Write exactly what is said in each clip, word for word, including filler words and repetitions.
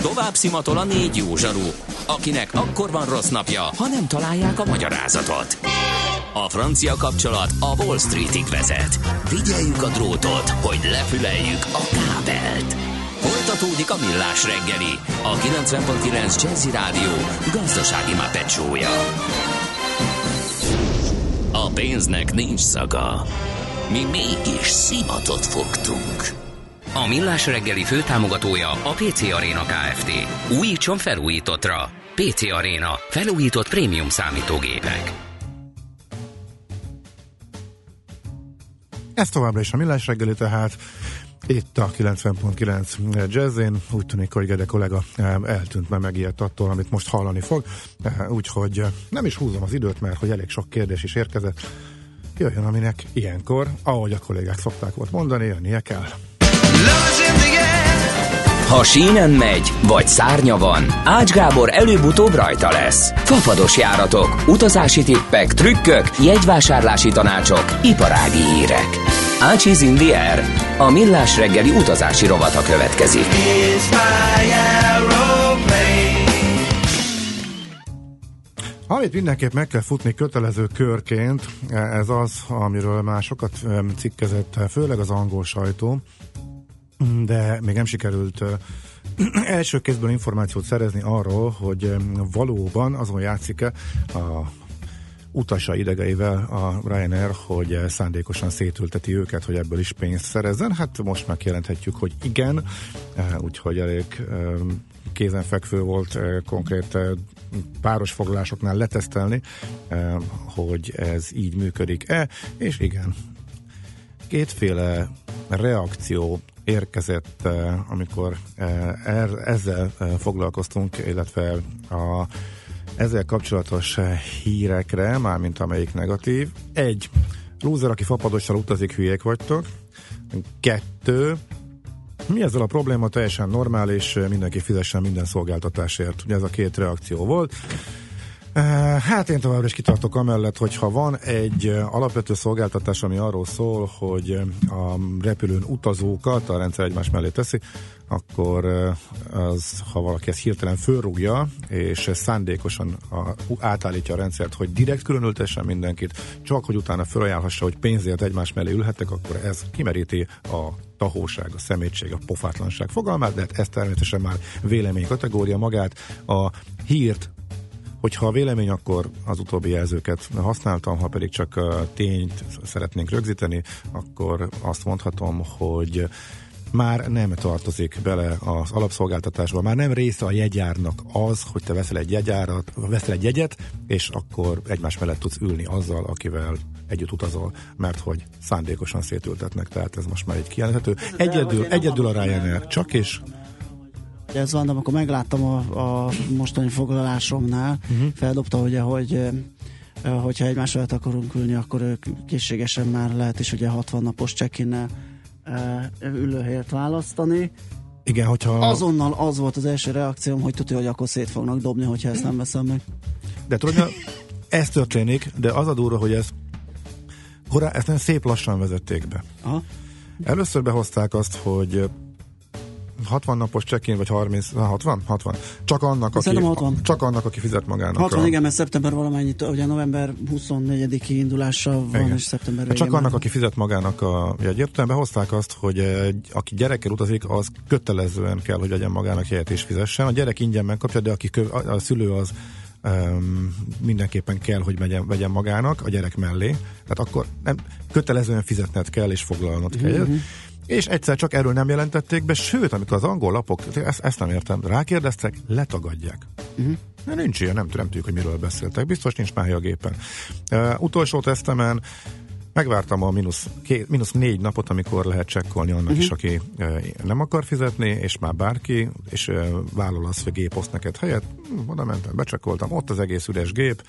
Tovább szimatol a négy jó zsaru, akinek akkor van rossz napja, ha nem találják a magyarázatot. A francia kapcsolat a Wall Streetig vezet. Figyeljük a drótot, hogy lefüleljük a kábelt. Folytatódik a Millás reggeli, a kilencven pont kilenc Jazzy Rádió gazdasági mápecsója. A pénznek nincs szaga. Mi mégis szimatot fogtunk. A Millás reggeli főtámogatója a pé cé Arena Kft. Újítson felújítottra. pé cé Arena. Felújított prémium számítógépek. Ez továbbra is a Millás reggeli, tehát itt a kilencven pont kilenc Jazzén. Úgy tűnik, hogy Gede kollega eltűnt, mert megijedt attól, amit most hallani fog. Úgyhogy nem is húzom az időt, mert hogy elég sok kérdés is érkezett. Jöjjön, aminek ilyenkor, ahogy a kollégák szokták volt mondani, jönnie kell. Ha sínen megy, vagy szárnya van, Ács Gábor előbb-utóbb rajta lesz. Fafados járatok, utazási tippek, trükkök, jegyvásárlási tanácsok, iparági hírek. Ácsiz in the air. A Millás reggeli utazási rovata következik. Amit mindenképp meg kell futni kötelező körként, ez az, amiről már sokat cikkezett, főleg az angol sajtó, de még nem sikerült első kézből információt szerezni arról, hogy valóban azon játszik-e a utasa idegeivel a Ryanair, hogy szándékosan szétülteti őket, hogy ebből is pénzt szerezzen. Hát most már kijelenthetjük, hogy igen, úgyhogy elég kézenfekvő volt konkrét páros foglalásoknál letesztelni, hogy ez így működik-e, és igen. Kétféle reakció érkezett, amikor ezzel foglalkoztunk, illetve a ezzel kapcsolatos hírekre, mármint amelyik negatív. Egy, lúzer, aki fapadossal utazik, hülyék vagytok. Kettő, mi ezzel a probléma? Teljesen normális, mindenki fizessen minden szolgáltatásért. Ugye ez a két reakció volt. Hát én továbbra is kitartok amellett, hogy ha van egy alapvető szolgáltatás, ami arról szól, hogy a repülőn utazókat a rendszer egymás mellé teszi, akkor az, ha valaki ezt hirtelen fölrúgja, és szándékosan a, átállítja a rendszert, hogy direkt különültessen mindenkit, csak hogy utána felajánlhassa, hogy pénzért egymás mellé ülhettek, akkor ez kimeríti a tahóság, a szemétség, a pofátlanság fogalmát, de hát ez természetesen már vélemény kategória magát. A hírt, hogyha a vélemény, akkor az utóbbi jelzőket használtam, ha pedig csak a tényt szeretnénk rögzíteni, akkor azt mondhatom, hogy már nem tartozik bele az alapszolgáltatásba, már nem része a jegyárnak az, hogy te veszel egy jegyárat, veszel egy jegyet, és akkor egymás mellett tudsz ülni azzal, akivel együtt utazol, mert hogy szándékosan szétültetnek, tehát ez most már egy kijelenthető. Egyedül, egyedül a Ryanair, csak és ez van, de amikor megláttam a, a mostani foglalásomnál, uh-huh. feldobta ugye, hogy hogyha egymás mellett akarunk ülni, akkor ők készségesen már lehet is ugye hatvan napos check-innel ülőhelyet választani. Igen, hogyha... Azonnal az volt az első reakcióm, hogy tudja, hogy akkor szét fognak dobni, hogyha ezt nem veszem meg. De tudod, ez történik, de az a durva, hogy ez horá, ezt nem szép lassan vezették be. Aha. Először behozták azt, hogy hatvan napos check-in, vagy harminc, hatvan? hatvan. Csak annak, aki, csak annak, aki fizet magának. hatvan, a... igen, mert szeptember valamennyit, ugye november huszonnegyediki indulással van, igen. És szeptember végén. Csak annak, már... aki fizet magának a jegyért. Behozták azt, hogy eh, aki gyerekkel utazik, az kötelezően kell, hogy legyen magának jegyet és fizessen. A gyerek ingyen megkapja, de aki kö, a, a szülő az um, mindenképpen kell, hogy megyen, vegyen magának a gyerek mellé. Tehát akkor nem, kötelezően fizetned kell és foglalnod kell. Mm-hmm. És egyszer csak erről nem jelentették be, sőt, amikor az angol lapok, ezt, ezt nem értem, rákérdeztek, letagadják. Uh-huh. De nincs ilyen, nem, nem tudjuk, hogy miről beszéltek. Biztos nincs már hely a gépen. Uh, utolsó tesztemen megvártam a mínusz, ké, mínusz négy napot, amikor lehet csekkolni annak uh-huh. is, aki uh, nem akar fizetni, és már bárki, és uh, vállal az, hogy a gép oszt neked helyet. Hm, oda mentem, becsekkoltam, ott az egész üres gép,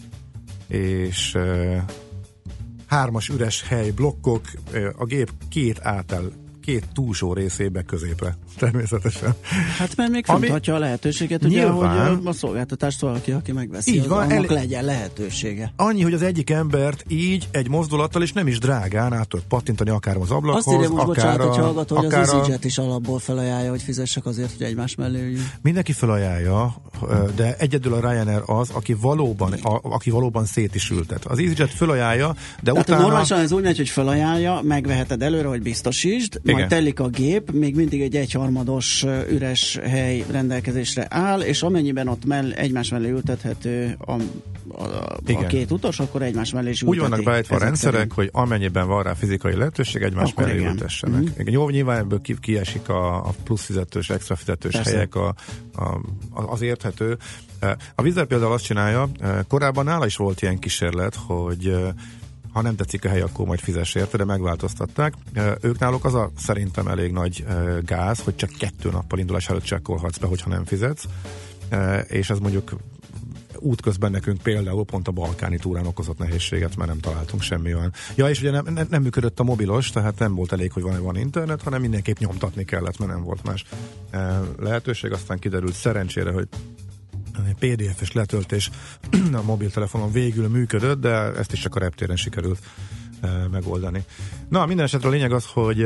és... Uh, hármas üres hely, blokkok, a gép két átáll két túlsó részébe középre, természetesen. Hát mert még fenntartja a lehetőséget, ugye, nyilván, hogy a szolgáltatást valaki, aki megveszi, így az, van, annak el... legyen lehetősége. Annyi, hogy az egyik embert így egy mozdulattal, és nem is drágán át tud pattintani akár az ablakhoz, azt írja most, akár bocsánat, hogy a, hallgató, hogy akár az EasyJet is alapból felajánlja, hogy fizessek azért, hogy egymás mellé üljünk. Mindenki felajánlja, de egyedül a Ryanair az, aki valóban, a, aki valóban szét is ültet. Az EasyJet felajánlja, de tehát utána... normálisan ez úgy megy, hogy felajánlja, megveheted előre, hogy biztosítsd, igen. Majd telik a gép, még mindig egy egyharmados üres hely rendelkezésre áll, és amennyiben ott mell, egymás mellé ültethető a, a, a két utas, akkor egymás mellé is ülteti. Úgy vannak beállítva a rendszerek, szerint, hogy amennyiben van rá fizikai lehetőség, egymás akkor mellé igen. ültessenek. Mm-hmm. Jó, nyilván ebből ki, kiesik a, a plusz fizetős, extra fizetős persze. helyek, a, a, az érthető. A Wizz Air például azt csinálja, korábban nála is volt ilyen kísérlet, hogy ha nem tetszik a hely, akkor majd fizess érte, de megváltoztatták. Ők náluk az a szerintem elég nagy gáz, hogy csak kettő nappal indulás előtt csekkolhatsz be, hogyha nem fizetsz, és ez mondjuk útközben nekünk például pont a balkáni túrán okozott nehézséget, mert nem találtunk semmi olyan. Ja, és ugye nem, nem, nem működött a mobilos, tehát nem volt elég, hogy van, van internet, hanem mindenképp nyomtatni kellett, mert nem volt más lehetőség. Aztán kiderült szerencsére, hogy pé dé ef-es letöltés a mobiltelefonon végül működött, de ezt is csak a reptéren sikerült e, megoldani. Na, minden esetre a lényeg az, hogy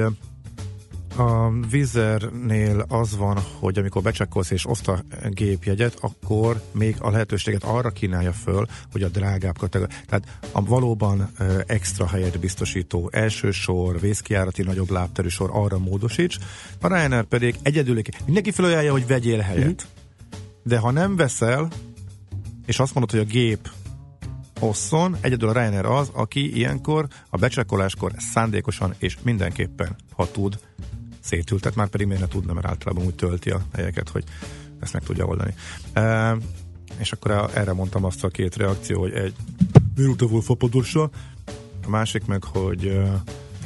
a Wizz Airnél az van, hogy amikor becsekkolsz és oszt a gépjegyet, akkor még a lehetőséget arra kínálja föl, hogy a drágább kategória, tehát a valóban e, extra helyet biztosító első sor, vészkijárati nagyobb lábterű sor arra módosíts, a Ryanair pedig egyedül, mindenki felajánlja, hogy vegyél helyet. Mm-hmm. De ha nem veszel, és azt mondod, hogy a gép osszon, egyedül a Ryanair az, aki ilyenkor a becsekkoláskor szándékosan és mindenképpen, ha tud, szétültet, már pedig miért ne tudna, mert általában úgy tölti a helyeket, hogy ezt meg tudja oldani. E, és akkor erre mondtam azt a két reakció, hogy egy miért volt fapadossal, a másik meg, hogy e,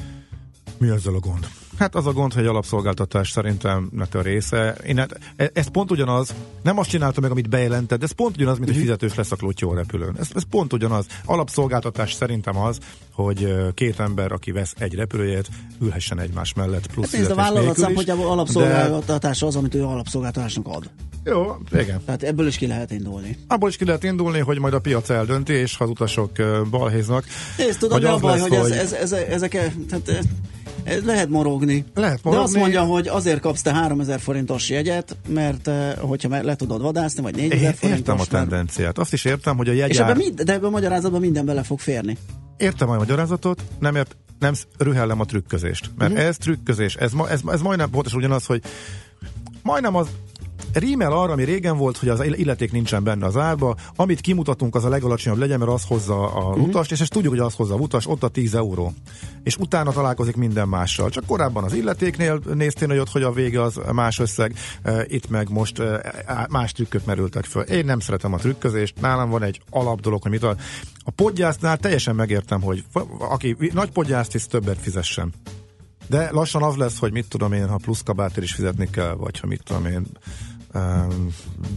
mi ezzel a gond? Hát az a gond, hogy alapszolgáltatás szerintem a része. Én hát, ez pont ugyanaz, nem azt csinálta meg, amit bejelentett, de ez pont ugyanaz, mint hogy fizetős lesz a klotyó a repülőn. Ez, ez pont ugyanaz. Alapszolgáltatás szerintem az, hogy két ember, aki vesz egy repülőjét, ülhessen egymás mellett, plusz hát fizetés nélkül is. Ez a vállalat szempontjából alapszolgáltatás de... az, amit ő alapszolgáltatásnak ad. Jó, igen. Tehát ebből is ki lehet indulni. Abból is ki lehet indulni, hogy majd a piac eldönti, és ha az utasok balhéznak. Nézd, tudod, a baj, lesz, hogy, hogy... Ez, ez, ez, ezek... Tehát, ez lehet morogni. Lehet morogni. De azt mondja, hogy azért kapsz te háromezer forintos jegyet, mert hogyha le tudod vadászni, vagy négyezer forintos. Értem a tendenciát. Azt is értem, hogy a jegyár... És ebben mind, de ebben a magyarázatban minden bele fog férni. Értem a magyarázatot, nem ért, nem rühellem a trükközést. Mert uh-huh. ez trükközés. Ez, ez, ez majdnem pontosan ugyanaz, hogy majdnem az rímel arra, ami régen volt, hogy az illeték nincsen benne az árba, amit kimutatunk, az a legalacsonyabb legyen, mert az hozza a uh-huh. utast, és ezt tudjuk, hogy az hozza a utas, ott a tíz euró. És utána találkozik minden mással. Csak korábban az illetéknél néztél nagyot, hogy a vége az más összeg, itt meg most más trükköt merültek föl. Én nem szeretem a trükközést, nálam van egy alap dolog, hogy mit a, a podgyásznál teljesen megértem, hogy aki nagy podgyászt visz, többet fizessen. De lassan az lesz, hogy mit tudom én, ha plusz kabátért is fizetni kell, vagy ha mit tudom én Um,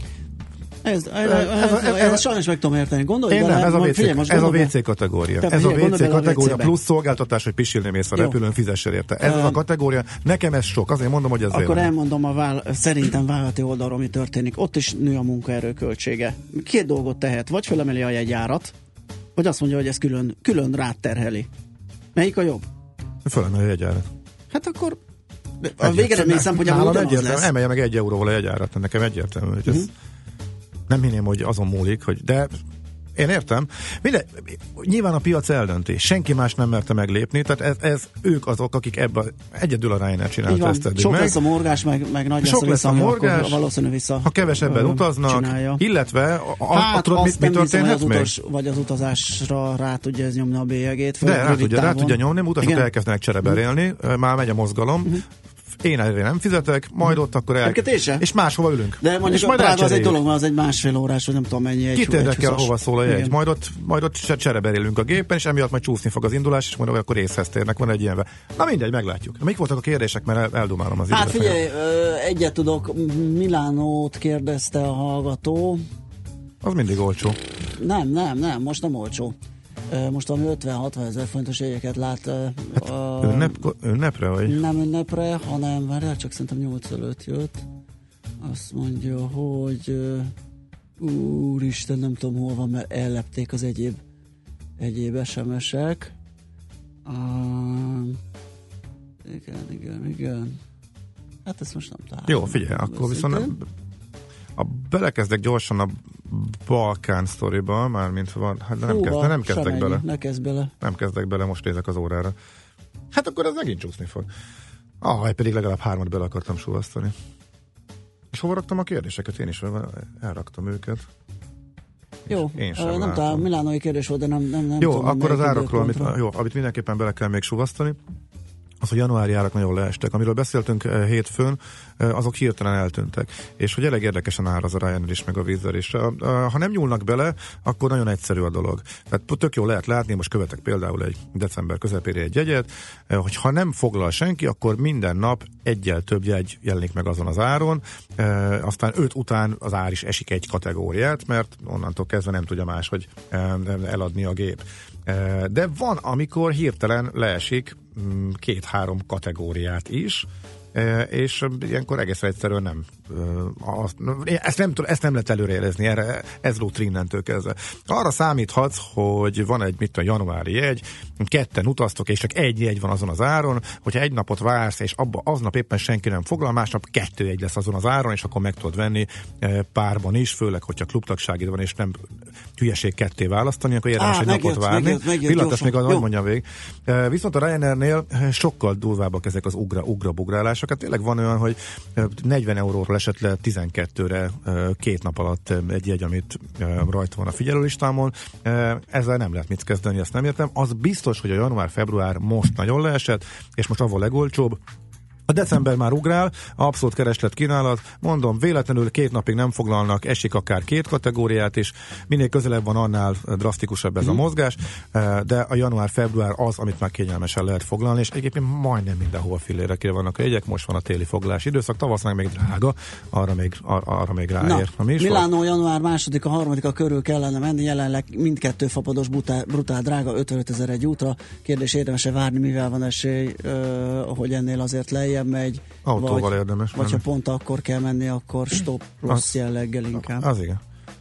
ez, ez, ez, ez, ez, ez sajnos meg tudom érteni. Gondolj én bele, nem, ez a, figyelj, WC, ez a vé cé kategória. Ez a vé cé kategória plusz szolgáltatás, hogy pisilni mész a repülőn, fizessél érte. Ez um, az a kategória. Nekem ez sok. Azért mondom, hogy ez akkor vélemény. Elmondom a váll- szerintem vállalati oldalról mi történik. Ott is nő a munkaerő költsége. Két dolgot tehet. Vagy felemeli a jegyárat, vagy azt mondja, hogy ez külön, külön rád terheli. Melyik a jobb? Felemeli a jegyárat. Hát akkor a végeredmény szempontjából ugyanaz lesz. Emelje meg egy euróval a jegyárat, nekem egyértelmű, hogy ez uh-huh. nem hinném, hogy azon múlik, hogy de én értem. Minden, nyilván a piac eldönti. Senki más nem merte meglépni, tehát ez, ez ők azok, akik ebben egyedül a Ryanair csinálta ezt eddig sok meg. Lesz a morgás, meg, meg nagy sok lesz a morgás, valószínű vissza. Ha kevesebben ö, utaznak, csinálja. Illetve a, hát tudod, mit, mit történhet meg? Utas, vagy az utazásra rá tudja ez nyomni a bélyegét. De rá tudja, rá tudja nyomni, utasok elkezdenek csereberélni, uh-huh. már megy a mozgalom, uh-huh. én erre nem fizetek, majd ott akkor el... És máshova ülünk. De mondjuk a Prága az egy dolog, mert az egy másfél órás, vagy nem tudom mennyi egy. Kit érdekel, hova szól a jegy. Majd ott, majd ott csereberélünk a gépen, és emiatt majd csúszni fog az indulás, és majd akkor részhez térnek, van egy ilyenve. Na mindegy, meglátjuk. Mik voltak a kérdések, mert eldumálom az időt. Hát figyelj, ö, egyet tudok, Milánót kérdezte a hallgató. Az mindig olcsó. Nem, nem, nem, most nem olcsó. Most valami ötven-hatvan ezer fontos jegyeket lát. Hát a, ünnep, ünnepre vagy? Nem ünnepre, hanem már csak szerintem nyolc előtt jött. Azt mondja, hogy úristen, nem tudom hol van, mert ellepték az egyéb egyéb es em es-ek. Uh, igen, igen, igen. Hát ezt most nem találom. Jó, figyelj, akkor viszont a, belekezdek gyorsan a Balkán sztoriba, mármint van, hát nem, kezd, nem kezdek ennyi, bele. Ne kezd bele. Nem kezdek bele, most nézek az órára. Hát akkor ez megint csúszni fog. Ah, pedig legalább hármat bele akartam súvasztani. És hova raktam a kérdéseket? Én is elraktam őket. Jó, én sem nem talán milánói kérdés volt, de nem, nem, nem jó, tudom. Jó, akkor az árakról, amit, jó, amit mindenképpen bele kell még súvasztani, az, hogy januári árak nagyon leestek. Amiről beszéltünk hétfőn, azok hirtelen eltűntek. És hogy elég érdekesen áll az a Ryanair is, meg a Wizz Air is. Ha nem nyúlnak bele, akkor nagyon egyszerű a dolog. Tehát tök jó lehet látni, most követek például egy december közepére egy jegyet, hogy ha nem foglal senki, akkor minden nap egyel több jegy jelenik meg azon az áron, aztán öt után az ár is esik egy kategóriát, mert onnantól kezdve nem tudja máshogy eladni a gép. De van, amikor hirtelen leesik két-három kategóriát is, és ilyenkor egész egyszerűen nem azt, ezt nem, ezt nem lehet előrejelezni, erre, ez lót innentől kezdve. Arra számíthatsz, hogy van egy mit a januári jegy, ketten utaztok, és csak egy jegy van azon az áron, hogyha egy napot vársz, és abba aznap éppen senki nem foglal, másnap kettő jegy lesz azon az áron, és akkor meg tudod venni párban is, főleg, hogyha klubtagságid van, és nem hülyeség ketté választani, akkor érdemes egy napot várni. Pillanat, még az mondjam végig. Viszont a Ryanairnél sokkal durvábbak ezek az ugra, ugrabugrálások. Hát tényleg van olyan, hogy negyven euróról esett le tizenkettőre két nap alatt egy jegy, amit rajta van a figyelőlistámon. Ezzel nem lehet mit kezdeni, ezt nem értem. Az biztos, hogy a január-február most nagyon leesett, és most avval legolcsóbb. A december már ugrál, abszolút kereslet kínálat, mondom, véletlenül két napig nem foglalnak, esik akár két kategóriát is, minél közelebb van, annál drasztikusabb ez mm. a mozgás, de a január-február az, amit már kényelmesen lehet foglalni, és egyébként majdnem mindenhol fillérekre vannak a jegyek, most van a téli foglalási időszak, tavasznak még drága, arra még, ar- arra még ráér. Na, Milánó január második, a harmadika körül kellene menni, jelenleg mindkettő fapados brutál, brutál drága, ötvenötezer egy útra. Kérdés, érdemes-e várni, mivel van esély, hogy ennél azért lejjebb megy, autóval vagy, érdemes vagy ha pont akkor kell menni, akkor stop rossz jelleggel inkább. Az igen.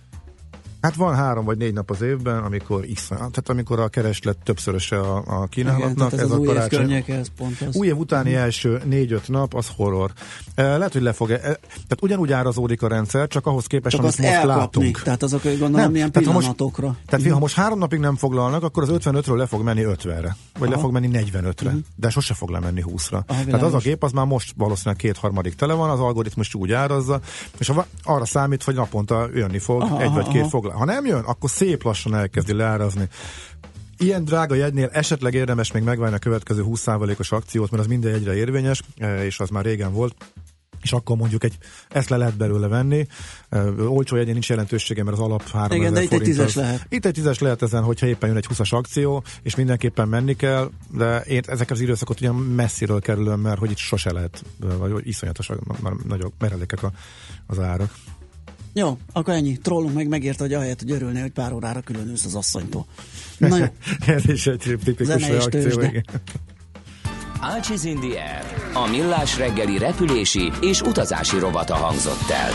Hát van három vagy négy nap az évben, amikor iszonyat, tehát amikor a kereslet többszöröse a, a kínálatnak. Igen, ez, ez az új év környéke, ez pont az. Új év utáni hmm. első négy-öt nap, az horror. Lehet, hogy le fog, tehát ugyanúgy árazódik a rendszer, csak ahhoz képest, csak amit most elkapni. látunk. Tehát azok, hogy gondolom, nem, milyen tehát pillanatokra. Ha most, tehát uh-huh. ha most három napig nem foglalnak, akkor az ötvenötről le fog menni ötvenre, vagy Aha. le fog menni negyvenötre, uh-huh. de sose fog lemenni húszra. Aha, tehát az a gép, az már most valószínűleg kétharmadik tele van, az algoritmus úgy árazza, és arra számít, hogy naponta jönni fog aha, egy vagy két foglal. Ha nem jön, akkor szép lassan elkezdi leárazni. Ilyen drága jegynél esetleg érdemes még megvárni a következő húsz százalékos akciót, mert az minden jegyre érvényes, és az már régen volt, és akkor mondjuk egy, ezt le lehet belőle venni. Uh, olcsó jegyén nincs jelentősége, mert az alap háromezer forint. Itt egy tízes lehet. Itt egy tízes lehet ezen, hogyha éppen jön egy húszas akció, és mindenképpen menni kell, de én ezek az időszakot ugyan messziről kerülöm, mert hogy itt sose lehet, vagy iszonyatosak, már nagyobb merelékek a, az árak. Jó, akkor ennyi. Trollunk meg megérte, hogy ahelyett, hogy örülnél, hogy pár órára külön ülsz az asszonytól. Na jó. Ez is egy tipikus reakció. Ácsiz in the Air, a millás reggeli repülési és utazási rovata hangzott el.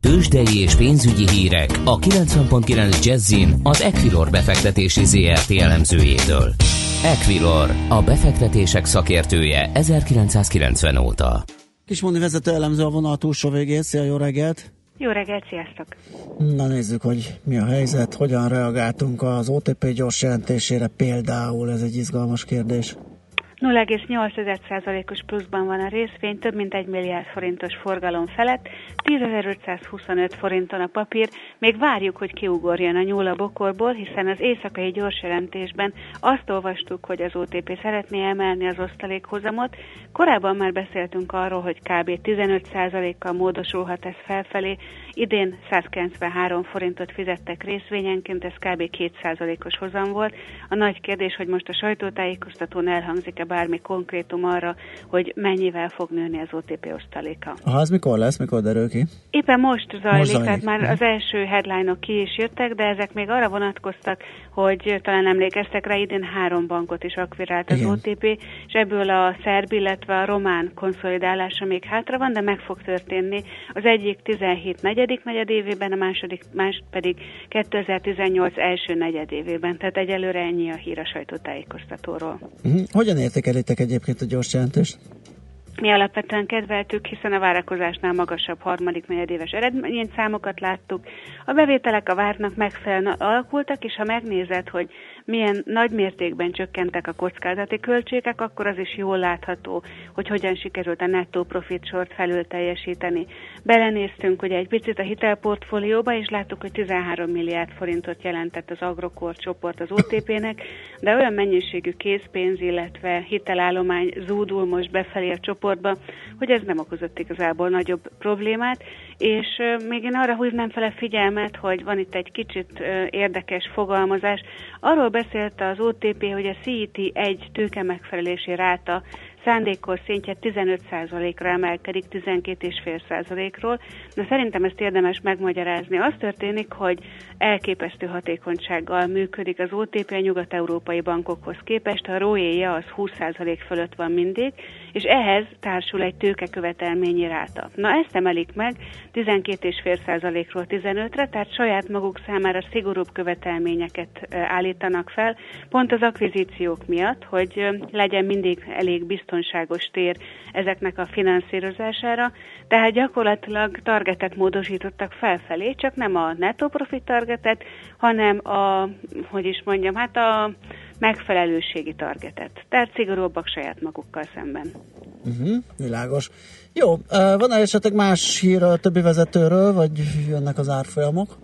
Tőzsdei és pénzügyi hírek a kilencven pont kilenc Jazzin az Equilor befektetési zé er té elemzőjétől. Equilor, a befektetések szakértője ezerkilencszázkilencven óta. Kismondi vezető elemző a vonal túlsó végén. Szia, jó reggelt! Jó reggelt, sziasztok! Na nézzük, hogy mi a helyzet, hogyan reagáltunk az o té pé gyors jelentésére például, ez egy izgalmas kérdés. nulla egész nyolc százalékos pluszban van a részvény, több mint egy milliárd forintos forgalom felett, tízezer-ötszázhuszonöt forinton a papír. Még várjuk, hogy kiugorjon a nyúl a bokorból, hiszen az éjszakai gyors jelentésben azt olvastuk, hogy az o té pé szeretné emelni az osztalékhozamot. Korábban már beszéltünk arról, hogy kb. tizenöt százalékkal módosulhat ez felfelé. Idén százkilencvenhárom forintot fizettek részvényenként, ez kb. két százalékos hozam volt. A nagy kérdés, hogy most a sajtótájékoztatón elhangzik-e bármi konkrétum arra, hogy mennyivel fog nőni az o té pé osztaléka. Ha az mikor lesz, mikor derül ki? Éppen most zajlik, most zajlik. tehát már az első headline-ok ki is jöttek, de ezek még arra vonatkoztak, hogy talán emlékeztek rá, idén három bankot is akvirált az Igen. o té pé, és ebből a szerb, illetve a román konszolidálása még hátra van, de meg fog történni. Az egyik tizenhét negyedik negyedévében, a második más pedig kétezer-tizennyolc első negyedévében, tehát egyelőre ennyi a hír a sajtótájékoztatóról. Uh-huh. Hogyan értékelitek egyébként a gyors jelentést? Mi alapvetően kedveltük, hiszen a várakozásnál magasabb harmadik negyedéves eredményszámokat láttuk. A bevételek a vártnak megfelelően alakultak, és ha megnézed, hogy milyen nagy mértékben csökkentek a kockázati költségek, akkor az is jól látható, hogy hogyan sikerült a nettó profit sort felül teljesíteni. Belenéztünk ugye egy picit a hitelportfólióba, és láttuk, hogy tizenhárom milliárd forintot jelentett az Agrokor csoport az o té pének, de olyan mennyiségű készpénz, illetve hitelállomány zúdul most befelé a csoportba, hogy ez nem okozott igazából nagyobb problémát, és euh, még én arra hívnám fel a figyelmet, hogy van itt egy kicsit euh, érdekes fogalmazás. Arról beszélt az o té pé, hogy a cé i té egy tőke megfelelési ráta szándékos szintje tizenöt százalékra emelkedik tizenkét egész öt százalékról, de szerintem ezt érdemes megmagyarázni. Az történik, hogy elképesztő hatékonysággal működik az o té pé a nyugat-európai bankokhoz képest, a róéja az húsz százalék fölött van mindig, és ehhez társul egy tőkekövetelményi ráta. Na ezt emelik meg tizenkét egész öt százalékról tizenötre, tehát saját maguk számára szigorúbb követelményeket állítanak fel, pont az akvizíciók miatt, hogy legyen mindig elég biztonságos tér ezeknek a finanszírozására, tehát gyakorlatilag targetet módosítottak felfelé, csak nem a netto profit targetet, hanem a, hogy is mondjam, hát a megfelelőségi targetet. Tehát szigorúbbak saját magukkal szemben. Uh-huh, világos. Jó, van-e esetleg más hír a többi vezetőről, vagy jönnek az árfolyamok?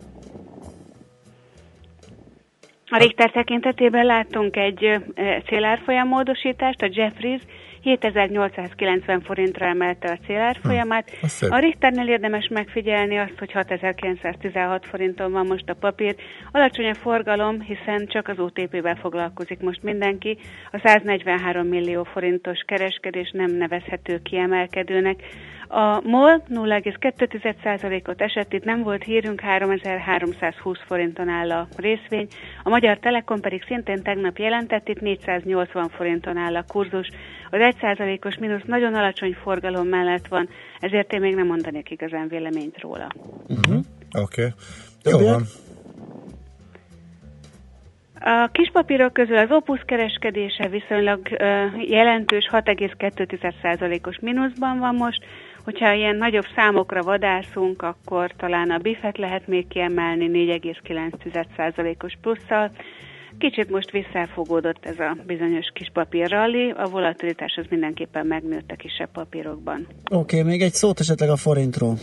A Richter tekintetében láttunk egy célárfolyam módosítást, a Jefferies hétezer-nyolcszázkilencven forintra emelte a célárfolyamát. Hm, a Richternél érdemes megfigyelni azt, hogy hatezer-kilencszáztizenhat forinton van most a papír. Alacsony a forgalom, hiszen csak az o té pével foglalkozik most mindenki. A száznegyvenhárom millió forintos kereskedés nem nevezhető kiemelkedőnek. A MOL nulla egész kettő százalékot esett, itt nem volt hírünk, háromezer-háromszázhúsz forinton áll a részvény. A Magyar Telekom pedig szintén tegnap jelentett, itt négyszáznyolcvan forinton áll a kurzus. Az egy százalékos mínusz nagyon alacsony forgalom mellett van, ezért én még nem mondanék igazán véleményt róla. Uh-huh. Oké, okay. Jó van. A kispapírok közül az Opus kereskedése viszonylag uh, jelentős, hat egész kettő százalékos mínuszban van most. Hogyha ilyen nagyobb számokra vadászunk, akkor talán a Bifet lehet még kiemelni négy egész kilenc százalékos plusszal. Kicsit most visszafogódott ez a bizonyos kis papírralli, a volatilitás az mindenképpen megnőtt a kisebb papírokban. Oké, okay, még egy szót esetleg a forintról.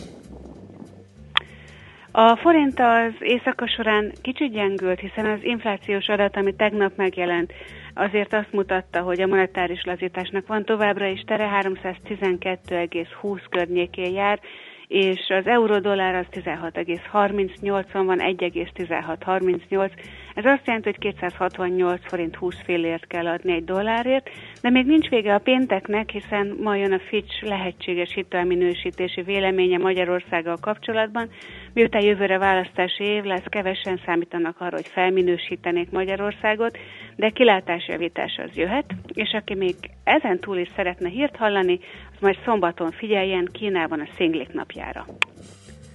A forint az éjszaka során kicsit gyengült, hiszen az inflációs adat, ami tegnap megjelent, azért azt mutatta, hogy a monetáris lazításnak van továbbra is tere, háromszáztizenkettő egész húsz környékén jár, és az euró-dollár az tizenhat egész harmincnyolcon van, egy egész tizenhat harmincnyolc. Ez azt jelenti, hogy kétszázhatvannyolc forint húsz fillért kell adni egy dollárért, de még nincs vége a pénteknek, hiszen ma jön a Fitch lehetséges hitelminősítési véleménye Magyarországgal kapcsolatban. Miután jövőre választási év lesz, kevesen számítanak arra, hogy felminősítenék Magyarországot, de kilátásjavítás az jöhet, és aki még ezen túl is szeretne hírt hallani, az majd szombaton figyeljen Kínában a szinglik napjára.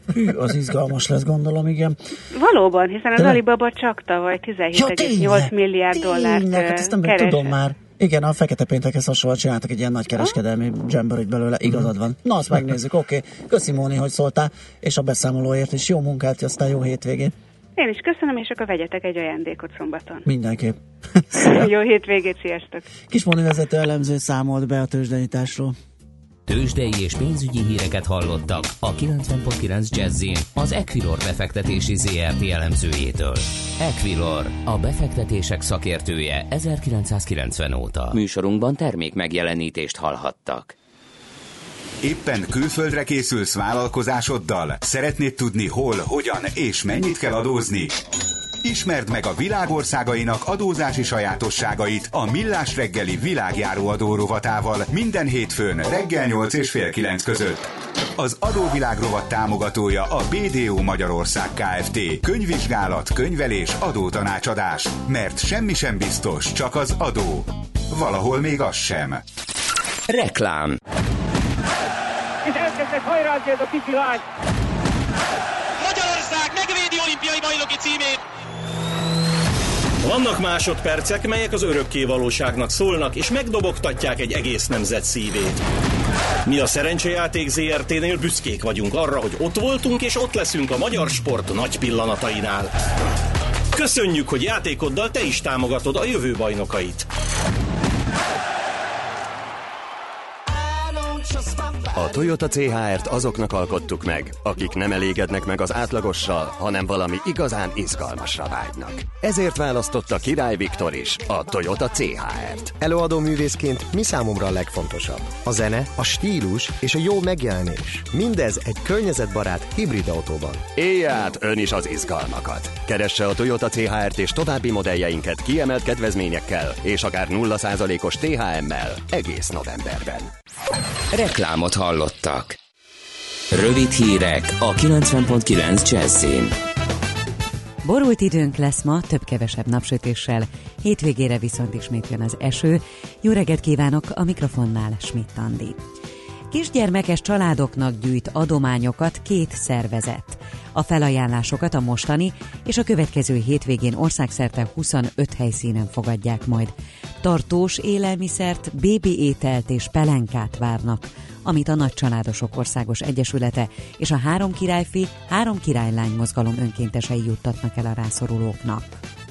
Hű, az izgalmas lesz, gondolom, igen. Valóban, hiszen az De Alibaba csak tavaly tizenhét egész nyolc milliárd dollárt tényleg, hát ezt nem keresett. tudom már. Igen, a Fekete Péntekhez hasonlóan csináltak egy ilyen nagy kereskedelmi jamboree belőle, igazad van. Na, azt megnézzük, oké. Okay. Köszi, Móni, hogy szóltál, és a beszámolóért is jó munkát, aztán jó hétvégét. Én is köszönöm, és akkor vegyetek egy ajándékot szombaton. Mindenképp. Jó hétvégét, sziasztok! Kis Móni vezető elemző számolt be a tőzsdenyításról. Tőzsdei és pénzügyi híreket hallottak a kilencven pont kilenc Jazzin az Equilor befektetési zé er té elemzőjétől. Equilor, a befektetések szakértője ezerkilencszázkilencven óta. Műsorunkban termék megjelenítést hallhattak. Éppen külföldre készülsz vállalkozásoddal? Szeretnéd tudni hol, hogyan és mennyit kell adózni? Ismerd meg a világ országainak adózási sajátosságait a Millás reggeli világjáró adó rovatával minden hétfőn reggel nyolc és fél kilenc között. Az adóvilág rovat támogatója a bé dé o Magyarország Kft. Könyvvizsgálat, könyvelés, adótanácsadás. Mert semmi sem biztos, csak az adó. Valahol még az sem. Reklám. És elkezdett hajrázni ez a kicsi lány. Magyarország megvédi olimpiai bajnoki címét. Vannak másodpercek, melyek az örökké valóságnak szólnak, és megdobogtatják egy egész nemzet szívét. Mi a Szerencsejáték zé er té-nél büszkék vagyunk arra, hogy ott voltunk, és ott leszünk a magyar sport nagy pillanatainál. Köszönjük, hogy játékoddal te is támogatod a jövő bajnokait. A Toyota cé há er-t azoknak alkottuk meg, akik nem elégednek meg az átlagossal, hanem valami igazán izgalmasra vágynak. Ezért választotta Király Viktor is a Toyota cé há er-t. Előadó művészként mi számomra a legfontosabb? A zene, a stílus és a jó megjelenés. Mindez egy környezetbarát hibrid autóban. Élj át ön is az izgalmakat. Keresse a Toyota cé há er-t és további modelljeinket kiemelt kedvezményekkel és akár nulla százalékos té há em-mel egész novemberben. Reklámot hallottak. Rövid hírek a kilencven pont kilenc Jazzin. Borult időnk lesz ma, több-kevesebb napsütéssel, hétvégére viszont ismét jön az eső. Jó reggelt kívánok, a mikrofonnál Schmidt Andi. Kisgyermekes családoknak gyűjt adományokat két szervezet. A felajánlásokat a mostani és a következő hétvégén országszerte huszonöt helyszínen fogadják majd. Tartós élelmiszert, bébi ételt és pelenkát várnak, amit a Nagycsaládosok Országos Egyesülete és a Három királyfi, Három királylány mozgalom önkéntesei juttatnak el a rászorulóknak.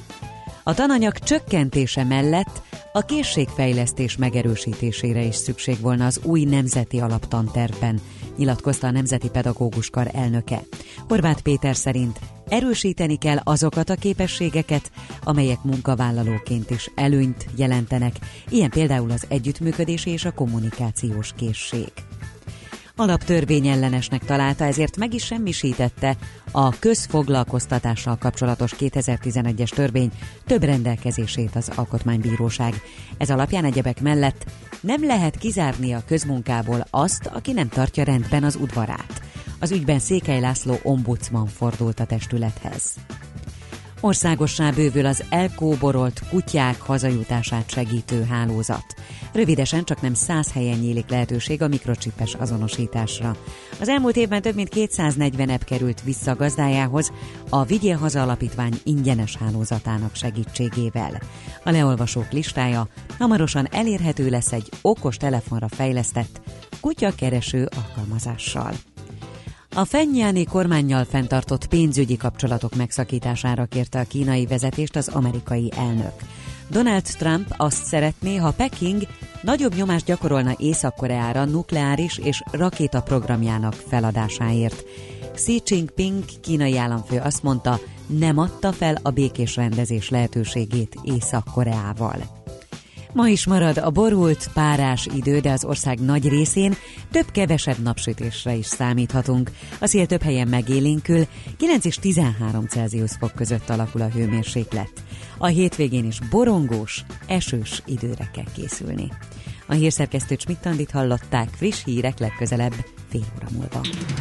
A tananyag csökkentése mellett a készségfejlesztés megerősítésére is szükség volna az új nemzeti alaptantervben, nyilatkozta a Nemzeti Pedagógus Kar elnöke. Horváth Péter szerint erősíteni kell azokat a képességeket, amelyek munkavállalóként is előnyt jelentenek, ilyen például az együttműködési és a kommunikációs készség. Alaptörvényellenesnek találta, ezért meg is semmisítette a közfoglalkoztatással kapcsolatos kétezer-tizenegyes törvény több rendelkezését az Alkotmánybíróság. Ez alapján egyebek mellett nem lehet kizárni a közmunkából azt, aki nem tartja rendben az udvarát. Az ügyben Székely László ombudsman fordult a testülethez. Országossá bővül az elkóborolt kutyák hazajutását segítő hálózat. Rövidesen csak nem száz helyen nyílik lehetőség a mikrocsipes azonosításra. Az elmúlt évben több mint kétszáznegyven app került vissza a gazdájához a Vigyél Haza Alapítvány ingyenes hálózatának segítségével. A leolvasók listája hamarosan elérhető lesz egy okos telefonra fejlesztett kutyakereső alkalmazással. A Fenyáni kormánnyal fenntartott pénzügyi kapcsolatok megszakítására kérte a kínai vezetést az amerikai elnök. Donald Trump azt szeretné, ha Peking nagyobb nyomást gyakorolna Észak-Koreára nukleáris és rakétaprogramjának feladásáért. Xi Jinping kínai államfő azt mondta, nem adta fel a békés rendezés lehetőségét Észak-Koreával. Ma is marad a borult, párás idő, de az ország nagy részén több-kevesebb napsütésre is számíthatunk. A szél több helyen megélénkül, kilenc és tizenhárom Celsius fok között alakul a hőmérséklet. A hétvégén is borongós, esős időre kell készülni. A hírszerkesztő Schmidt Andit hallották, friss hírek legközelebb fél óra múlva.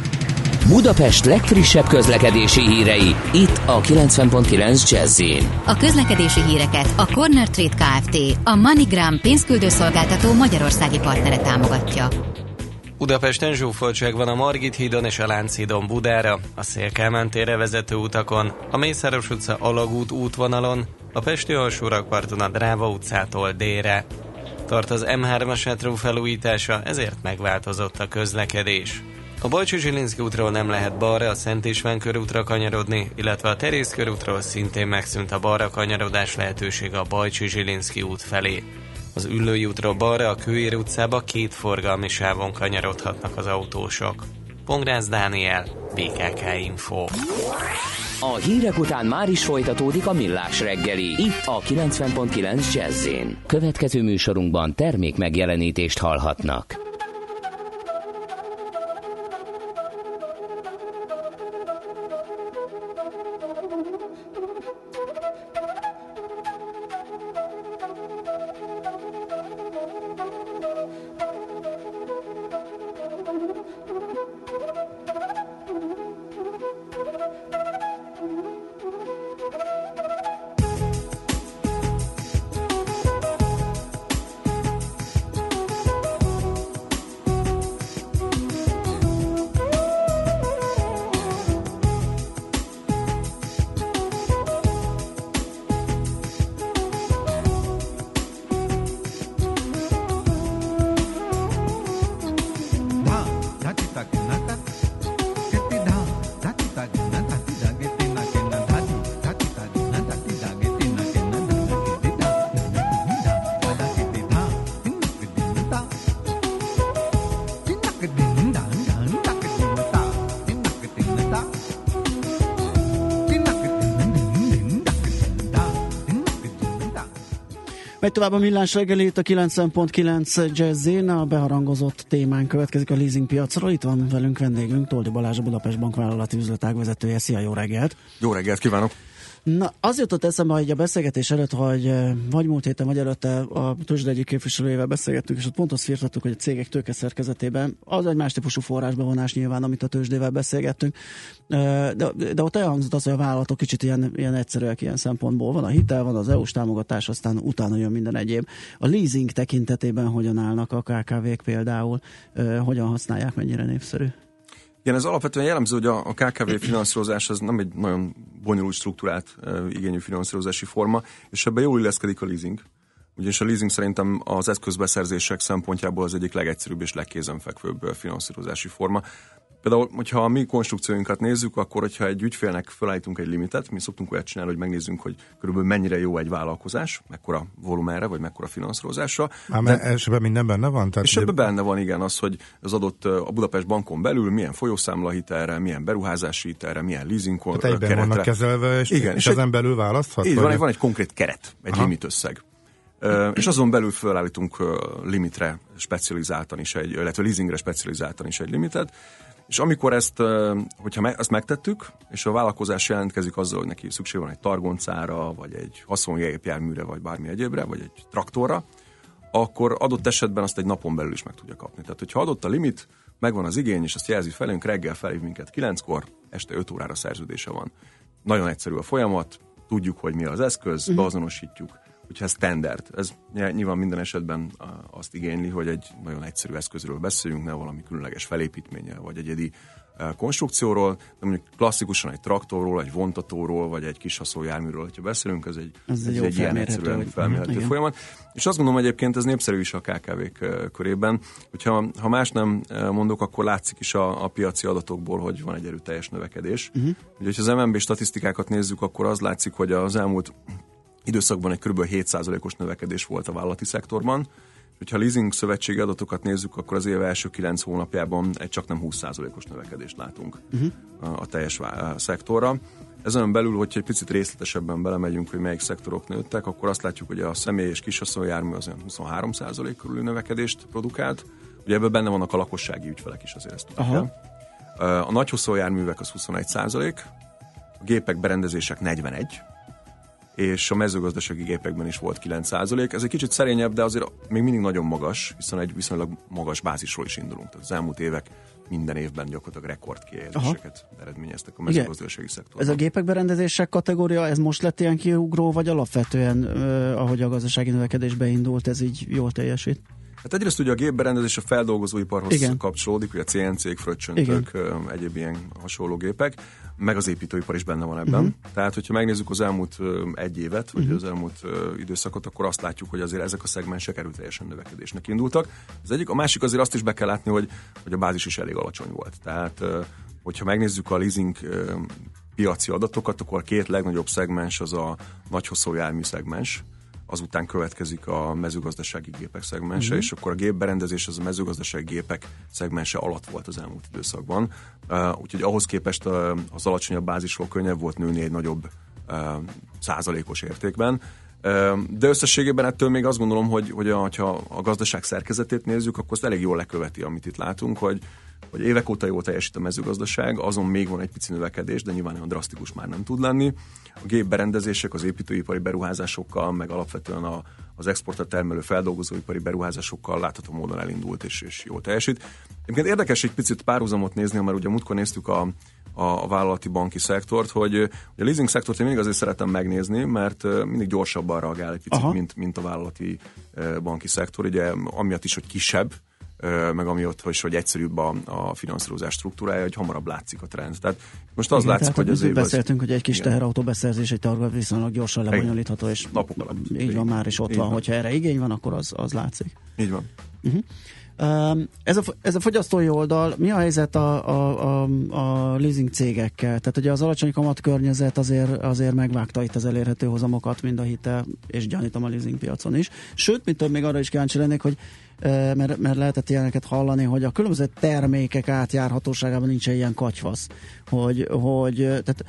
Budapest legfrissebb közlekedési hírei, itt a kilencven pont kilenc Jazz-in. A közlekedési híreket a Corner Trade Kft., a MoneyGram pénzküldőszolgáltató magyarországi partnere támogatja. Budapesten zsúfoltság van a Margit hídon és a Lánchídon Budára, a Szél-Kálmán térre vezető utakon, a Mészáros utca Alagút útvonalon, a Pesti alsórakparton a Dráva utcától délre. Tart az em hármas metró felújítása, ezért megváltozott a közlekedés. A Bajcsy-Zsilinszky útról nem lehet balra a Szent István körútra kanyarodni, illetve a Terész körútról szintén megszűnt a balra kanyarodás lehetősége a Bajcsy-Zsilinszky út felé. Az Üllői útról balra a Kőér utcába két forgalmi sávon kanyarodhatnak az autósok. Pongrász Dániel, bé ká ká Info. A hírek után már is folytatódik a Millás reggeli, itt a kilencven pont kilenc Jazz-én. Következő műsorunkban termék megjelenítést hallhatnak. Megy tovább a Millás reggeli, itt a kilencven pont kilenc Jazz-én, a beharangozott témán következik a leasing piacról. Itt van velünk vendégünk, Toldi Balázs, a Budapest Bank vállalati üzletág vezetője. Szia, jó reggelt! Jó reggelt kívánok! Na, az jutott eszembe, hogy a beszélgetés előtt, hogy vagy múlt héten, vagy előtte a tőzsde egyik képviselőjével beszélgettünk, és ott pont azt firtattuk, hogy a cégek tőkeszerkezetében az egy más típusú forrásbevonás nyilván, amit a tőzsdével beszélgettünk, de, de ott elhangzott az, hogy a vállalatok kicsit ilyen, ilyen egyszerűek ilyen szempontból. Van a hitel, van az é u-s támogatás, aztán utána jön minden egyéb. A leasing tekintetében hogyan állnak a ká ká vék például, hogyan használják, mennyire népszerű? Igen, ez alapvetően jellemző, hogy a ká ká vé finanszírozás az nem egy nagyon bonyolult struktúrát uh, igényű finanszírozási forma, és ebben jól illeszkedik a leasing. Ugyanis a leasing szerintem az eszközbeszerzések szempontjából az egyik legegyszerűbb és legkézenfekvőbb finanszírozási forma. Például, hogyha a mi konstrukcióinkat nézzük, akkor, hogyha egy ügyfélnek felállítunk egy limitet, mi szoktunk olyat csinálni, hogy megnézzünk, hogy körülbelül mennyire jó egy vállalkozás, mekkora volumenre, vagy mekkora finanszírozásra. Ám de, és ebben minden benne van? Tehát és ebben benne van, igen, az, hogy az adott a Budapest Bankon belül milyen folyószámlahitelre, milyen beruházási hitelre, milyen leasing keretre. Tehát egyben vannak kezelve, és, igen, és, és ezen belül választhat? Így van, egy, van egy konkrét keret, egy Aha. limitösszeg. Uh, és azon belül felállítunk uh, limitre specializáltan is egy, illetve leasingre specializáltan is egy limitet, és amikor ezt, uh, hogyha me, ezt megtettük, és a vállalkozás jelentkezik azzal, hogy neki szükség van egy targoncára, vagy egy haszongépjárműre, vagy bármi egyébre, vagy egy traktorra, akkor adott esetben azt egy napon belül is meg tudja kapni. Tehát, hogyha adott a limit, megvan az igény, és azt jelzi felünk, reggel felhív minket kilenckor, este öt órára szerződése van. Nagyon egyszerű a folyamat, tudjuk, hogy mi az eszköz, uh-huh. beazonosítjuk, hogyha ez standard. Ez nyilván minden esetben azt igényli, hogy egy nagyon egyszerű eszközről beszéljünk, ne valami különleges felépítménnyel, vagy egyedi konstrukcióról, de mondjuk klasszikusan egy traktorról, egy vontatóról, vagy egy kis haszonjárműről, hogyha beszélünk, ez egy, ez egy, egy ilyen egyszerűen felmérhető folyamat. És azt gondolom egyébként, ez népszerű is a ká ká vék körében. Hogyha ha más nem mondok, akkor látszik is a, a piaci adatokból, hogy van egy erőteljes növekedés. Uh-huh. Ugye, hogyha az em en bé statisztikákat nézzük, akkor az látszik, hogy az elmúlt időszakban egy kb. hét százalékos növekedés volt a vállalati szektorban. Ha leasing szövetségi adatokat nézzük, akkor az év első kilenc hónapjában egy csak nem húsz százalékos növekedést látunk uh-huh. a teljes szektorra. Ezen belül, hogyha egy picit részletesebben belemegyünk, hogy melyik szektorok nőttek, akkor azt látjuk, hogy a személy és kishaszonjármű az olyan huszonhárom százalék körüli növekedést produkált. Ugye ebben benne vannak a lakossági ügyfelek is, azért ezt tudjuk. A nagy haszonjárművek az huszonegy százalék, a gépek, berendezések negyvenegy, és a mezőgazdasági gépekben is volt kilenc százalék. Ez egy kicsit szerényebb, de azért még mindig nagyon magas, hiszen egy viszonylag magas bázisról is indulunk. Tehát az elmúlt évek minden évben gyakorlatilag rekordkijelzéseket eredményeztek a mezőgazdasági szektorban. Ez a gépek berendezések kategória, ez most lett ilyen kiugró, vagy alapvetően, eh, ahogy a gazdasági növekedés beindult, ez így jól teljesít? Hát egyrészt ugye a gépberendezés a feldolgozóiparhoz Igen. kapcsolódik, ugye a cé en cé-k, fröccsöntők, egyéb ilyen hasonló gépek, meg az építőipar is benne van ebben. Uh-huh. Tehát, hogyha megnézzük az elmúlt egy évet, vagy uh-huh. az elmúlt időszakot, akkor azt látjuk, hogy azért ezek a szegmensek erőteljesen növekedésnek indultak. Az egyik, a másik azért azt is be kell látni, hogy, hogy a bázis is elég alacsony volt. Tehát, hogyha megnézzük a leasing piaci adatokat, akkor a két legnagyobb szegmens az a nagyhosszú jármű szegmens, azután következik a mezőgazdasági gépek szegmense, uh-huh. és akkor a gépberendezés az a mezőgazdasági gépek szegmense alatt volt az elmúlt időszakban. Uh, úgyhogy ahhoz képest uh, az alacsonyabb bázisról könnyebb volt nőni egy nagyobb uh, százalékos értékben. Uh, de összességében ettől még azt gondolom, hogy, hogy a, ha a gazdaság szerkezetét nézzük, akkor azt elég jól leköveti, amit itt látunk, hogy hogy évek óta jól teljesít a mezőgazdaság, azon még van egy pici növekedés, de nyilván olyan drasztikus már nem tud lenni. A gépberendezések, az építőipari beruházásokkal, meg alapvetően a, az exportra termelő feldolgozóipari beruházásokkal látható módon elindult és, és jól teljesít. Egyébként érdekes egy picit párhuzamot nézni, mert ugye múltkor néztük a, a, a vállalati banki szektort, hogy, hogy a leasing szektort én mindig azért szeretem megnézni, mert mindig gyorsabban reagál egy picit, mint, mint a vállalati banki szektor, ugye amiatt is, hogy kisebb, meg amiatt, hogy, hogy egyszerűbb a, a finanszírozás struktúrája, hogy hamarabb látszik a trend. Tehát most az igen, látszik, hogy az év beszéltünk, hogy egy kis teherautó beszerzés, egy targa viszonylag gyorsan lebonyolítható, és napok alatt. Így van, már is ott így van, van, hogyha erre igény van, akkor az, az látszik. Így van. Uh-huh. Ez a, ez a fogyasztói oldal, mi a helyzet a, a, a, a leasing cégekkel? Tehát ugye az alacsony kamat környezet azért, azért megvágta itt az elérhető hozamokat, mind a hitel, és gyanítom a leasing piacon is. Sőt, mint több, még arra is kíváncsi lennék, hogy mert, mert lehetett ilyeneket hallani, hogy a különböző termékek átjárhatóságában nincs ilyen katyvasz, hogy, hogy tehát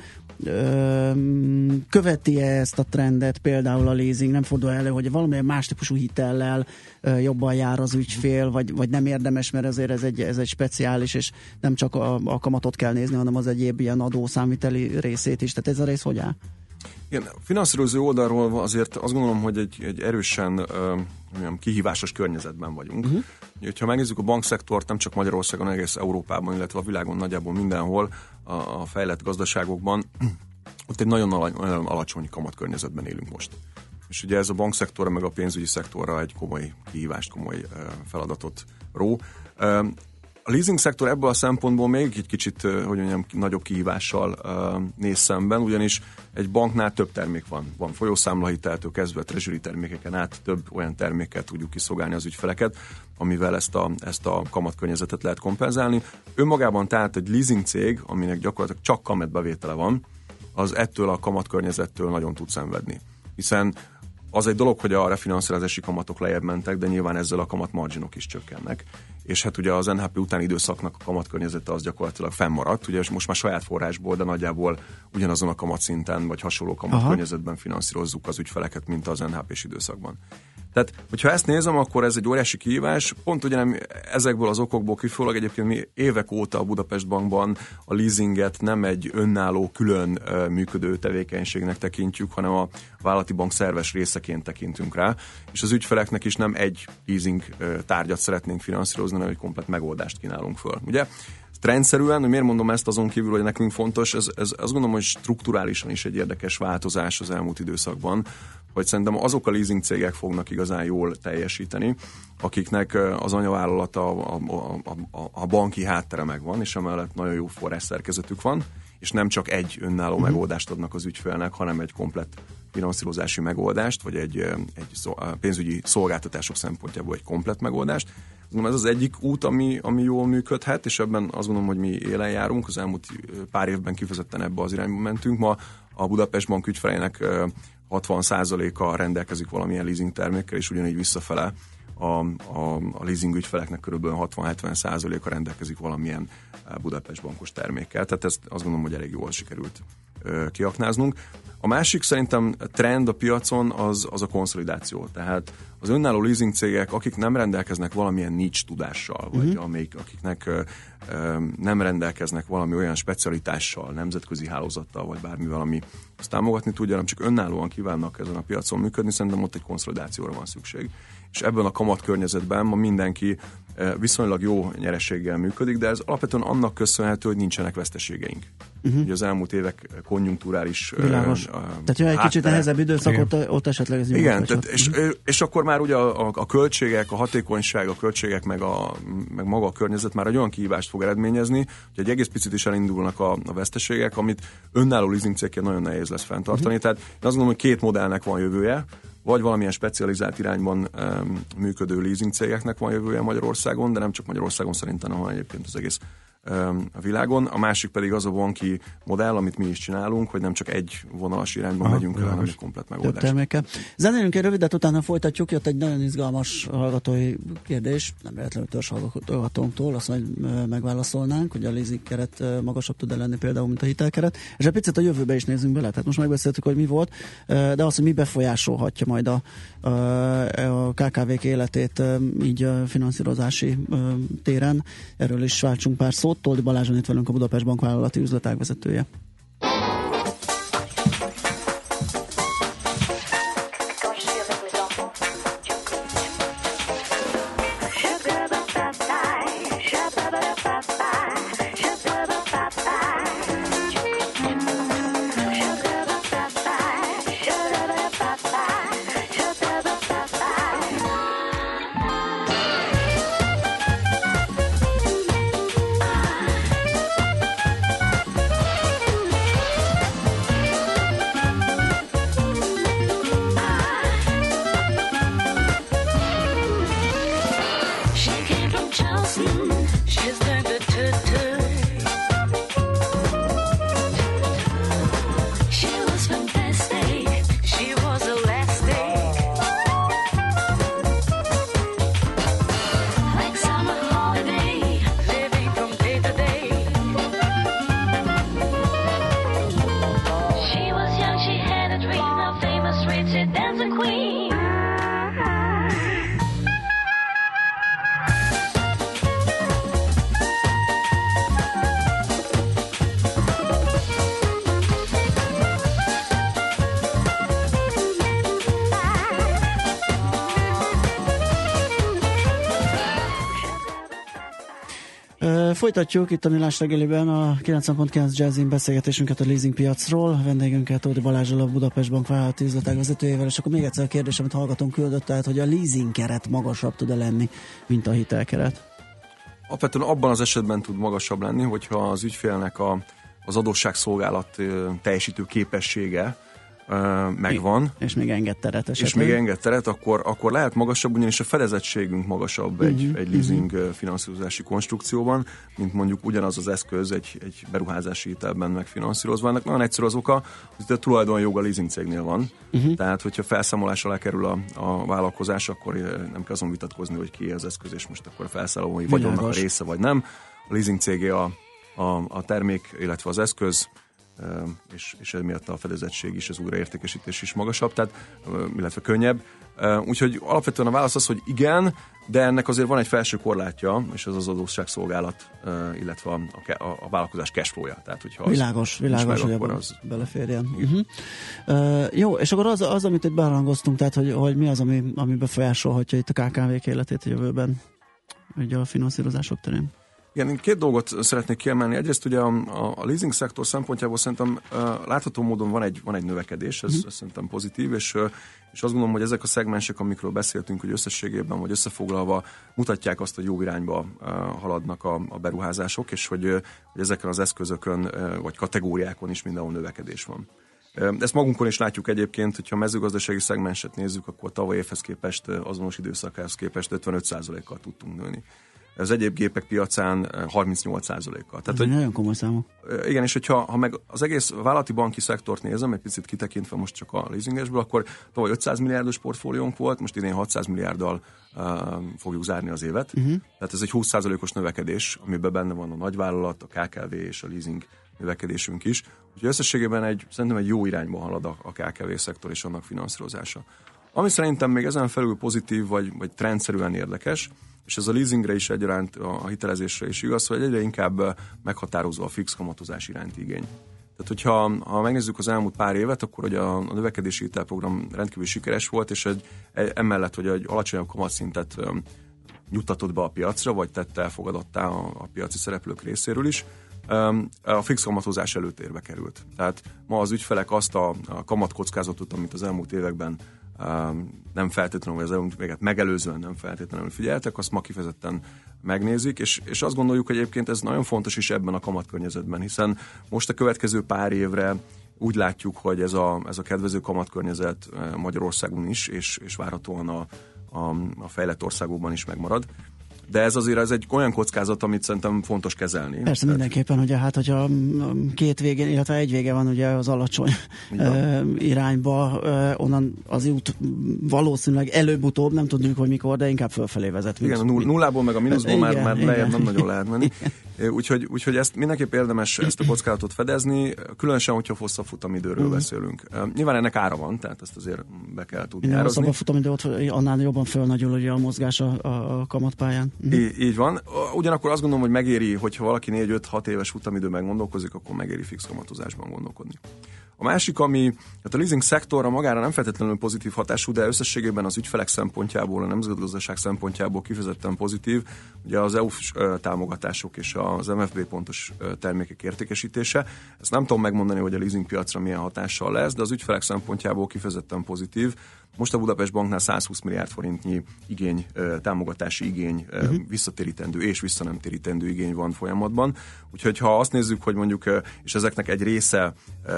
követi-e ezt a trendet például a leasing, nem fordul elő, hogy valamilyen más típusú hitellel jobban jár az ügyfél, vagy, vagy nem érdemes, mert azért ez egy, ez egy speciális, és nem csak a, a kamatot kell nézni, hanem az egyéb ilyen adószámviteli részét is. Tehát ez a rész hogy áll? Igen, a finanszírozó oldalról azért azt gondolom, hogy egy, egy erősen uh, kihívásos környezetben vagyunk. Uh-huh. Ha megnézzük a bankszektort, nem csak Magyarországon, egész Európában, illetve a világon nagyjából mindenhol a, a fejlett gazdaságokban, ott egy nagyon, ala, nagyon alacsony kamatkörnyezetben élünk most. És ugye ez a bankszektorra, meg a pénzügyi szektorra egy komoly kihívást, komoly uh, feladatot ró. Uh, A leasing szektor ebből a szempontból még egy kicsit, hogy mondjam, nagyobb kihívással uh, néz szemben, ugyanis egy banknál több termék van. Van folyószámlahiteltől kezdve a treasury termékeken át több olyan termékkel tudjuk kiszolgálni az ügyfeleket, amivel ezt a, ezt a kamatkörnyezetet lehet kompenzálni. Önmagában tehát egy leasing cég, aminek gyakorlatilag csak kamatbevétele van, az ettől a kamatkörnyezettől nagyon tud szenvedni. Hiszen az egy dolog, hogy a refinanszírozási kamatok lejjebb mentek, de nyilván ezzel a kamatmarginok is csökkennek. És hát ugye az en há pé utáni időszaknak a kamatkörnyezete az gyakorlatilag fennmaradt, ugye most már saját forrásból, de nagyjából ugyanazon a kamatszinten, vagy hasonló kamatkörnyezetben finanszírozzuk az ügyfeleket, mint az en há pés időszakban. Tehát, hogyha ezt nézem, akkor ez egy óriási kihívás. Pont ugye nem ezekből az okokból kifolyólag egyébként mi évek óta a Budapest Bankban a leasinget nem egy önálló, külön uh, működő tevékenységnek tekintjük, hanem a vállalati bank szerves részeként tekintünk rá, és az ügyfeleknek is nem egy leasing uh, tárgyat szeretnénk finanszírozni, hanem egy komplett megoldást kínálunk föl. Ugye? Rendszerűen, hogy miért mondom ezt azon kívül, hogy nekünk fontos, ez, ez azt gondolom, hogy strukturálisan is egy érdekes változás az elmúlt időszakban, hogy szerintem azok a leasing cégek fognak igazán jól teljesíteni, akiknek az anyavállalata, a, a, a, a banki háttere megvan, és emellett nagyon jó forrásszerkezetük van, és nem csak egy önálló uh-huh. megoldást adnak az ügyfélnek, hanem egy komplett finanszírozási megoldást, vagy egy, egy szó, pénzügyi szolgáltatások szempontjából egy komplett megoldást. Ez az egyik út, ami, ami jól működhet, és ebben azt gondolom, hogy mi élen járunk. Az elmúlt pár évben kifejezetten ebbe az irányba mentünk. Ma a Budapest Bank ügyfeleinek hatvan százaléka rendelkezik valamilyen leasing termékkel, és ugyanígy visszafele a, a, a leasing ügyfeleknek körülbelül hatvan-hetven százaléka rendelkezik valamilyen Budapest Bankos termékkel. Tehát ezt azt gondolom, hogy elég jól sikerült kiaknáznunk. A másik szerintem trend a piacon az, az a konszolidáció. Tehát az önálló leasing cégek, akik nem rendelkeznek valamilyen niche tudással, vagy uh-huh. amelyik, akiknek ö, ö, nem rendelkeznek valami olyan specialitással, nemzetközi hálózattal, vagy bármivel, ami azt támogatni tudja, hanem csak önállóan kívánnak ezen a piacon működni, szerintem ott egy konszolidációra van szükség. És ebben a kamat környezetben ma mindenki viszonylag jó nyereséggel működik, de ez alapvetően annak köszönhető, hogy nincsenek veszteségeink. Uh-huh. Ugye az elmúlt évek konjunkturális... Világos. Uh, tehát, hogy egy kicsit nehezebb időszak, ott, ott esetleg ez igen, tehát, és, uh-huh. és akkor már már ugye a, a, a költségek, a hatékonyság, a költségek, meg, a, meg maga a környezet már egy olyan kihívást fog eredményezni, hogy egy egész picit is elindulnak a, a veszteségek, amit önálló leasing cégként nagyon nehéz lesz fenntartani. Uh-huh. Tehát én azt gondolom, hogy két modellnek van jövője, vagy valamilyen specializált irányban um, működő leasing cégeknek van jövője Magyarországon, de nem csak Magyarországon szerintem, hanem egyébként az egész um, a világon. A másik pedig az a banki modell, amit mi is csinálunk, hogy nem csak egy vonalas irányban Aha, megyünk, hanem egy komplet megoldás. Zenélünk egy rövidet, utána folytatjuk. Jött egy nagyon izgalmas hallgatói kérdés, nem véletlenül törzs hallgatónktól, azt majd megválaszolnánk, hogy a leasing keret magasabb tud lenni például, mint a hitelkeret. És egy picit a jövőbe is nézzünk bele. Tehát most megbeszéltük, hogy mi volt, de az, hogy mi befolyásolhatja majd a, a ká ká vék életét így a finanszírozási téren. Erről is váltsunk pár szót. Toldi Balázson itt velünk, a Budapest Bank vállalati üzletág vezetője. Folytatjuk itt a Millás reggeliben a kilencven pont kilenc Jazzin beszélgetésünket a leasing piacról. A vendégünkkel Tódi Balázsral, a Budapest Bank vállalati üzletág vezetőjével, és akkor még egyszer a kérdés, amit hallgatónk küldött, tehát, hogy a leasing keret magasabb tud-e lenni, mint a hitelkeret? Alapvetően abban az esetben tud magasabb lenni, hogyha az ügyfélnek a, az adósságszolgálat teljesítő képessége megvan. És még enged teret esetleg. És még enged teret, akkor, akkor lehet magasabb, ugyanis a fedezettségünk magasabb egy, uh-huh, egy leasing uh-huh. finanszírozási konstrukcióban, mint mondjuk ugyanaz az eszköz egy, egy beruházási hitelben megfinanszírozva. Ennek nagyon egyszerű az oka, hogy a tulajdonjog a leasing cégnél van. Uh-huh. Tehát, hogyha felszámolás alá kerül a, a vállalkozás, akkor nem kell azon vitatkozni, hogy ki az eszköz, és most akkor a felszámolói vagyonnak a része, vagy nem. A leasing cégé a, a, a termék, illetve az eszköz, és, és emiatt a fedezettség is, az újraértékesítés is magasabb, tehát, illetve könnyebb. Úgyhogy alapvetően a válasz az, hogy igen, de ennek azért van egy felső korlátja, és ez az adósságszolgálat, illetve a, a, a vállalkozás cashflow-ja. Tehát, hogyha világos, világos, meg, hogy az beleférjen. Uh-huh. Uh, jó, és akkor az, az amit itt beharangoztunk, tehát, hogy, hogy mi az, ami, ami befolyásolhatja itt a ká ká vék életét a jövőben, ugye a finanszírozások terén? Igen, én két dolgot szeretnék kiemelni. Egyrészt ugye a, a leasing szektor szempontjából szerintem uh, látható módon van egy, van egy növekedés, ez, mm. ez szerintem pozitív, és, uh, és azt gondolom, hogy ezek a szegmensek, amikről beszéltünk, hogy összességében vagy összefoglalva mutatják azt, hogy jó irányba uh, haladnak a, a beruházások, és hogy, uh, hogy ezeken az eszközökön uh, vagy kategóriákon is mindenhol növekedés van. Uh, ezt magunkon is látjuk egyébként, hogyha a mezőgazdasági szegmenset nézzük, akkor tavaly évhez képest, azonos időszakához képest ötvenöt százalékkal tudtunk nőni. Az egyéb gépek piacán harmincnyolc százalékkal. Tehát, hogy, nagyon komoly számok. Igen, és hogyha ha meg az egész vállalati banki szektort nézem, egy picit kitekintve most csak a leasingesből, akkor tavaly ötszáz milliárdos portfóliónk volt, most idén hatszáz milliárddal uh, fogjuk zárni az évet. Uh-huh. Tehát ez egy húsz százalékos növekedés, amiben benne van a nagyvállalat, a ká ká vé és a leasing növekedésünk is. Úgyhogy összességében egy, szerintem egy jó irányba halad a, a ká ká vé szektor és annak finanszírozása. Ami szerintem még ezen felül pozitív, vagy, vagy trendszerűen érdekes, és ez a leasingre is egyaránt, a hitelezésre is igaz, hogy egyre inkább meghatározó a fix kamatozás iránti igény. Tehát, hogyha ha megnézzük az elmúlt pár évet, akkor ugye a, a növekedési hitelprogram rendkívül sikeres volt, és egy, egy, emellett, hogy egy alacsonyabb kamatszintet um, juttatott be a piacra, vagy tette elfogadottá a, a piaci szereplők részéről is, um, a fix kamatozás előtérbe került. Tehát ma az ügyfelek azt a, a kamatkockázatot, amit az elmúlt években nem feltétlenül, vagy az olimpiát megelőzően nem feltétlenül figyeltek, azt ma kifejezetten megnézik, és, és azt gondoljuk, hogy egyébként ez nagyon fontos is ebben a kamatkörnyezetben, hiszen most a következő pár évre úgy látjuk, hogy ez a, ez a kedvező kamatkörnyezet Magyarországon is, és, és várhatóan a, a, a fejlett országokban is megmarad. De ez azért ez egy olyan kockázat, amit szerintem fontos kezelni. Persze, tehát mindenképpen, ugye hát, hogyha két végén, illetve egy vége van ugye az alacsony uh, irányba, uh, onnan az út valószínűleg előbb-utóbb, nem tudjuk, hogy mikor, de inkább fölfelé vezet. Igen, a nullából meg a mínuszból már, már lejjebb nem nagyon lehet menni. Úgyhogy, úgyhogy ezt mindenképp érdemes ezt a kockázatot fedezni, különösen, hogyha hosszabb futamidőről uh-huh. beszélünk. Uh, nyilván ennek ára van, tehát ezt azért be kell tudni árazni. Hosszabb a futamidő, ott annál jobban fölnagyul ugye a mozgás a, a, a kamatpályán. Uh-huh. Í- így van. Ugyanakkor azt gondolom, hogy megéri, hogyha valaki négy öt hat éves futamidőben gondolkozik, akkor megéri fix kamatozásban gondolkodni. A másik, ami hát a leasing szektorra magára nem feltétlenül pozitív hatású, de összességében az ügyfelek szempontjából, a nemzetgazdaság szempontjából kifejezetten pozitív, ugye az é u-s támogatások és az em ef bé pontos termékek értékesítése. Ezt nem tudom megmondani, hogy a leasing piacra milyen hatással lesz, de az ügyfelek szempontjából kifejezetten pozitív. Most a Budapest Banknál százhúsz milliárd forintnyi igény, támogatási igény, uh-huh. visszatérítendő és visszanemtérítendő igény van folyamatban. Úgyhogy ha azt nézzük, hogy mondjuk, és ezeknek egy része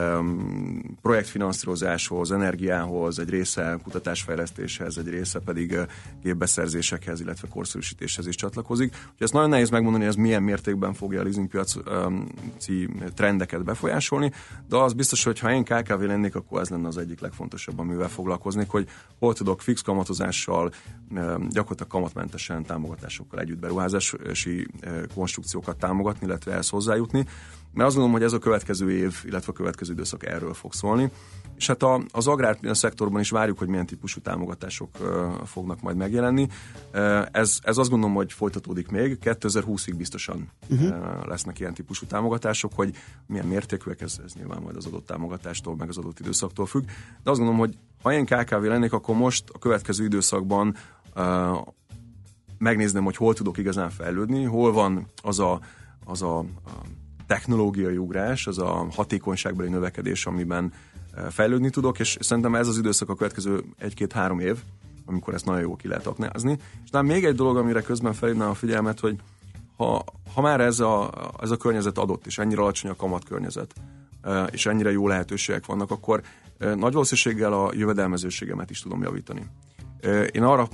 um, projektfinanszírozáshoz, energiához, egy része kutatásfejlesztéshez, egy része pedig gépbeszerzésekhez, illetve korszerűsítéshez is csatlakozik. Úgyhogy ezt nagyon nehéz megmondani, hogy ez milyen mértékben fogja a leasingpiaci um, trendeket befolyásolni, de az biztos, hogy ha én ká ká vé lennék, akkor ez lenne az egyik legfontosabb, amivel foglalkoznék, hogy hol tudok fix kamatozással, gyakorlatilag kamatmentesen támogatásokkal együtt beruházási konstrukciókat támogatni, illetve ehhez hozzájutni. Mert azt gondolom, hogy ez a következő év, illetve a következő időszak erről fog szólni. És hát a, az agrár szektorban is várjuk, hogy milyen típusú támogatások uh, fognak majd megjelenni. Uh, ez, ez azt gondolom, hogy folytatódik még. kétezer-húszig biztosan uh-huh. uh, lesznek ilyen típusú támogatások, hogy milyen mértékűek, ez, ez nyilván majd az adott támogatástól, meg az adott időszaktól függ. De azt gondolom, hogy ha én ká ká vé lennék, akkor most a következő időszakban uh, megnézném, hogy hol tudok igazán fejlődni, hol van az a, az a, a technológiai ugrás, az a hatékonyságbeli növekedés, amiben fejlődni tudok, és szerintem ez az időszak a következő egy-két-három év, amikor ezt nagyon jól ki lehet aknázni. És nem még egy dolog, amire közben felhívnám a figyelmet, hogy ha, ha már ez a, ez a környezet adott, és ennyire alacsony a kamatkörnyezet, és ennyire jó lehetőségek vannak, akkor nagy valószínűséggel a jövedelmezőségemet is tudom javítani. Én arra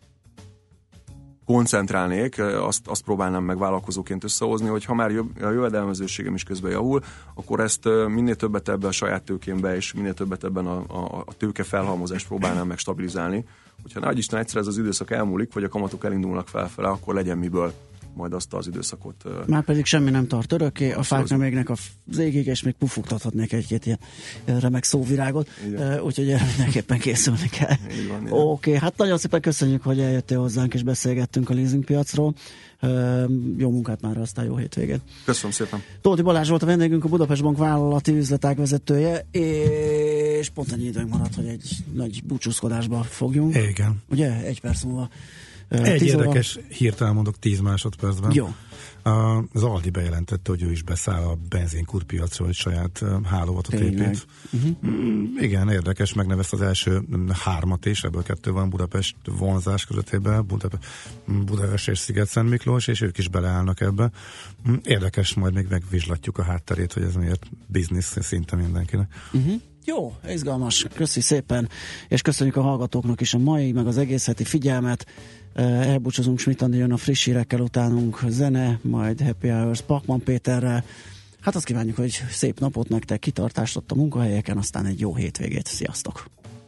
koncentrálnék, azt, azt próbálnám meg vállalkozóként összehozni, hogy ha már a jövedelmezőségem is közben javul, akkor ezt minél többet ebben a saját tőkémbe, és minél többet ebben a, a, a tőke felhalmozást próbálnám meg stabilizálni. Hogyha nagy Isten egyszer ez az időszak elmúlik, vagy a kamatok elindulnak felfele, akkor legyen miből majd azt az időszakot. Már pedig semmi nem tart örökké, a fák nem égnek az égig, és még pufogtathatnék egy-két ilyen remek szóvirágot, úgyhogy erre mindenképpen készülni kell. Oké, okay, hát nagyon szépen köszönjük, hogy eljöttél hozzánk, és beszélgettünk a leasingpiacról. Jó munkát már, aztán jó hétvégét. Köszönöm szépen. Tóth Balázs volt a vendégünk, a Budapest Bank vállalati üzletág vezetője, és pont annyi időnk maradt, hogy egy nagy búcsúzkodásba fogjunk. Igen. Ugye, egy perc múlva. Egy érdekes hírt elmondok tíz másodpercben. Jó. Az Aldi bejelentette, hogy ő is beszáll a benzinkurpiacra, hogy saját hálózatot épít. Uh-huh. Igen, érdekes, megnevezte az első hármat is, ebből kettő van Budapest vonzás közöttében, Budapest, Budapest és Sziget-Szent Miklós, és ők is beleállnak ebbe. Érdekes, majd még megvizslatjuk a hátterét, hogy ez miért biznisz szinte mindenkinek. Uh-huh. Jó, izgalmas, köszi szépen, és köszönjük a hallgatóknak is a mai, meg az egész heti figyelmet. Elbúcsúzunk, Schmidt Andi jön a friss hírekkel, utánunk zene, majd Happy Hours Pakman Péterrel. Hát azt kívánjuk, hogy szép napot nektek, kitartást ott a munkahelyeken, aztán egy jó hétvégét. Sziasztok!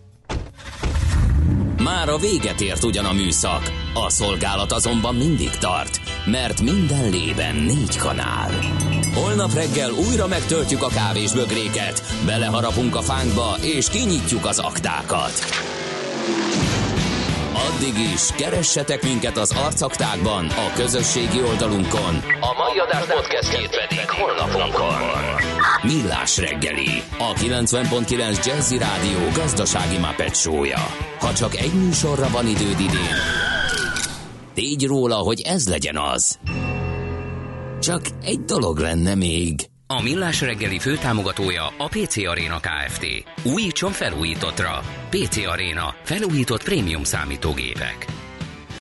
Már a véget ért ugyan a műszak, a szolgálat azonban mindig tart, mert minden lében négy kanál. Holnap reggel újra megtöltjük a kávésbögréket, beleharapunk a fánkba és kinyitjuk az aktákat. Addig is keressetek minket az arcaktákban, a közösségi oldalunkon. A mai adás podcastjét pedig honlapunkon. Millás reggeli, a kilencven pont kilenc Jazzy Rádió gazdasági Muppet show-ja. Ha csak egy műsorra van időd idén, tégy róla, hogy ez legyen az. Csak egy dolog lenne még. A Millás reggeli főtámogatója a pé cé Arena Kft. Újítson felújítottra. pé cé Arena. Felújított prémium számítógépek.